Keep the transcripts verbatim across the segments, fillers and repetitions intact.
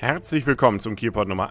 Herzlich willkommen zum Kielpot Nummer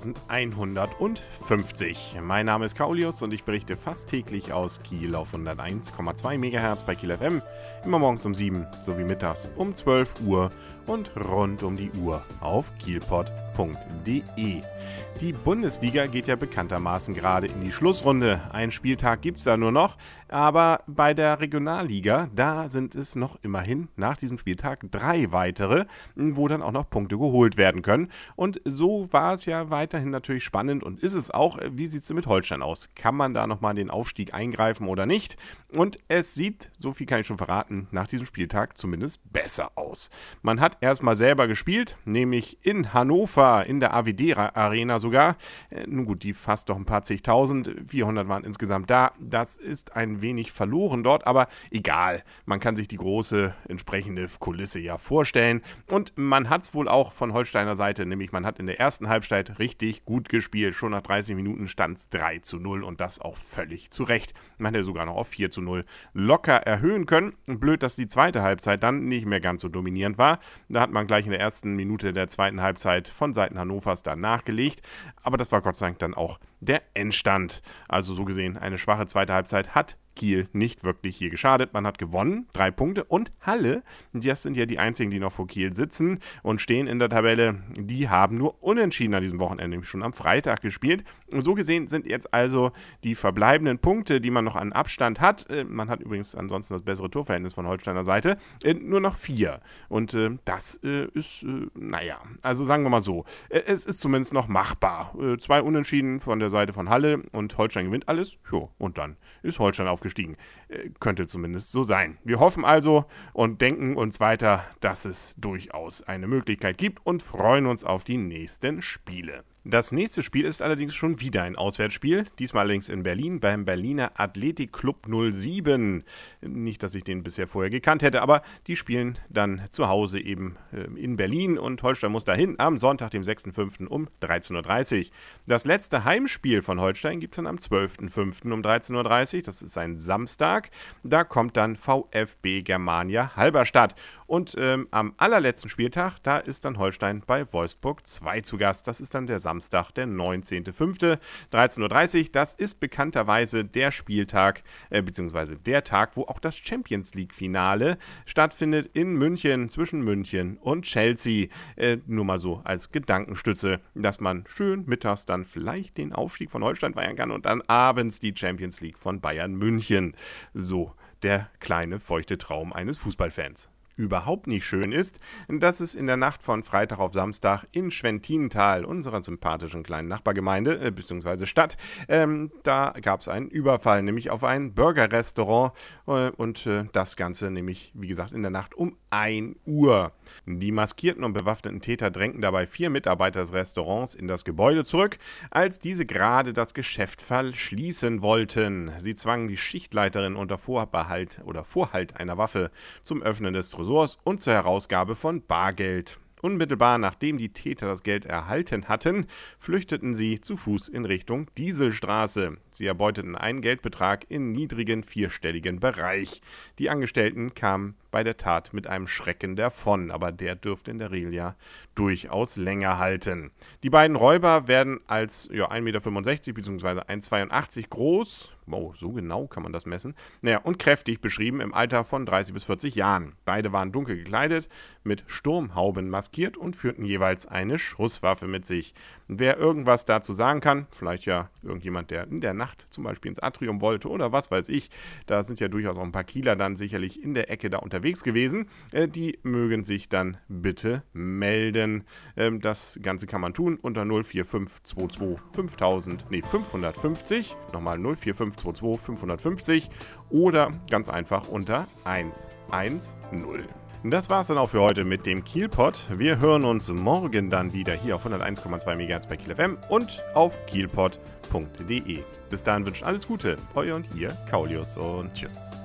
elfhundertfünfzig. Mein Name ist Kaulius und ich berichte fast täglich aus Kiel auf hunderteins Komma zwei Megahertz bei Kiel F M, immer morgens um sieben sowie mittags um zwölf Uhr und rund um die Uhr auf kielpot punkt de. Die Bundesliga geht ja bekanntermaßen gerade in die Schlussrunde. Einen Spieltag gibt es da nur noch, aber bei der Regionalliga, da sind es noch immerhin nach diesem Spieltag drei weitere, wo dann auch noch Punkte geholt werden können. Und so war es ja weiterhin natürlich spannend und ist es auch. Wie sieht es denn mit Holstein aus? Kann man da nochmal den Aufstieg eingreifen oder nicht? Und es sieht, so viel kann ich schon verraten, nach diesem Spieltag zumindest besser aus. Man hat erstmal selber gespielt, nämlich in Hannover, in der A W D-Arena sogar. Äh, nun gut, die fast doch ein paar zigtausend, vierhundert waren insgesamt da. Das ist ein wenig verloren dort, aber egal. Man kann sich die große entsprechende Kulisse ja vorstellen. Und man hat es wohl auch von Holsteiner Seite, nämlich man hat in der ersten Halbzeit richtig gut gespielt. Schon nach dreißig Minuten stand es drei zu null und das auch völlig zu Recht. Man hätte sogar noch auf vier zu null locker erhöhen können. Blöd, dass die zweite Halbzeit dann nicht mehr ganz so dominierend war. Da hat man gleich in der ersten Minute der zweiten Halbzeit von Seiten Hannovers dann nachgelegt. Aber das war Gott sei Dank dann auch der Endstand. Also so gesehen, eine schwache zweite Halbzeit hat Kiel nicht wirklich hier geschadet. Man hat gewonnen, drei Punkte, und Halle, das sind ja die einzigen, die noch vor Kiel sitzen und stehen in der Tabelle, die haben nur unentschieden an diesem Wochenende, nämlich schon am Freitag gespielt. Und so gesehen sind jetzt also die verbleibenden Punkte, die man noch an Abstand hat, äh, man hat übrigens ansonsten das bessere Torverhältnis von Holsteiner Seite, äh, nur noch vier. Und äh, das äh, ist, äh, naja, also sagen wir mal so, äh, es ist zumindest noch machbar. Äh, zwei Unentschieden von der Seite von Halle und Holstein gewinnt alles, jo, und dann ist Holstein auf gestiegen. Äh, könnte zumindest so sein. Wir hoffen also und denken uns weiter, dass es durchaus eine Möglichkeit gibt und freuen uns auf die nächsten Spiele. Das nächste Spiel ist allerdings schon wieder ein Auswärtsspiel, diesmal allerdings in Berlin beim Berliner Athletikclub null sieben. Nicht, dass ich den bisher vorher gekannt hätte, aber die spielen dann zu Hause eben äh, in Berlin und Holstein muss dahin am Sonntag, dem sechsten fünften um dreizehn Uhr dreißig. Das letzte Heimspiel von Holstein gibt es dann am zwölften fünften um dreizehn Uhr dreißig, das ist ein Samstag. Da kommt dann VfB Germania Halberstadt. Und ähm, am allerletzten Spieltag, da ist dann Holstein bei Wolfsburg zwei zu Gast. Das ist dann der Samstag, der neunzehnten fünften dreizehn Uhr dreißig. Das ist bekannterweise der Spieltag, äh, beziehungsweise der Tag, wo auch das Champions-League-Finale stattfindet in München, zwischen München und Chelsea. Äh, nur mal so als Gedankenstütze, dass man schön mittags dann vielleicht den Aufstieg von Holstein feiern kann und dann abends die Champions League von Bayern München. So der kleine, feuchte Traum eines Fußballfans. Überhaupt nicht schön ist, dass es in der Nacht von Freitag auf Samstag in Schwentintal, unserer sympathischen kleinen Nachbargemeinde äh, bzw. Stadt, ähm, da gab es einen Überfall, nämlich auf ein Burgerrestaurant äh, und äh, das Ganze nämlich, wie gesagt, in der Nacht um ein Uhr. Die maskierten und bewaffneten Täter drängten dabei vier Mitarbeiter des Restaurants in das Gebäude zurück, als diese gerade das Geschäft verschließen wollten. Sie zwangen die Schichtleiterin unter Vorbehalt oder Vorhalt einer Waffe zum Öffnen des Tresors und zur Herausgabe von Bargeld. Unmittelbar nachdem die Täter das Geld erhalten hatten, flüchteten sie zu Fuß in Richtung Dieselstraße. Sie erbeuteten einen Geldbetrag in niedrigen vierstelligen Bereich. Die Angestellten kamen bei der Tat mit einem Schrecken davon, aber der dürfte in der Regel ja durchaus länger halten. Die beiden Räuber werden als ja, ein Meter fünfundsechzig bzw. eins Komma zweiundachtzig groß, wow, so genau kann man das messen, naja, und kräftig beschrieben im Alter von dreißig bis vierzig Jahren. Beide waren dunkel gekleidet, mit Sturmhauben maskiert und führten jeweils eine Schusswaffe mit sich. Wer irgendwas dazu sagen kann, vielleicht ja irgendjemand, der in der Nacht zum Beispiel ins Atrium wollte oder was weiß ich, da sind ja durchaus auch ein paar Kieler dann sicherlich in der Ecke da unterwegs gewesen, äh, die mögen sich dann bitte melden. Ähm, das Ganze kann man tun unter null vier fünf zwei zwei fünftausend, nee fünfhundertfünfzig, nochmal null vier fünf zwei zwei fünfhundertfünfzig oder ganz einfach unter eins eins null. Das war's dann auch für heute mit dem Kielpot. Wir hören uns morgen dann wieder hier auf hunderteins Komma zwei Megahertz bei Kiel F M und auf kielpot punkt de. Bis dahin wünscht alles Gute, euer und ihr, Kaulius, und tschüss.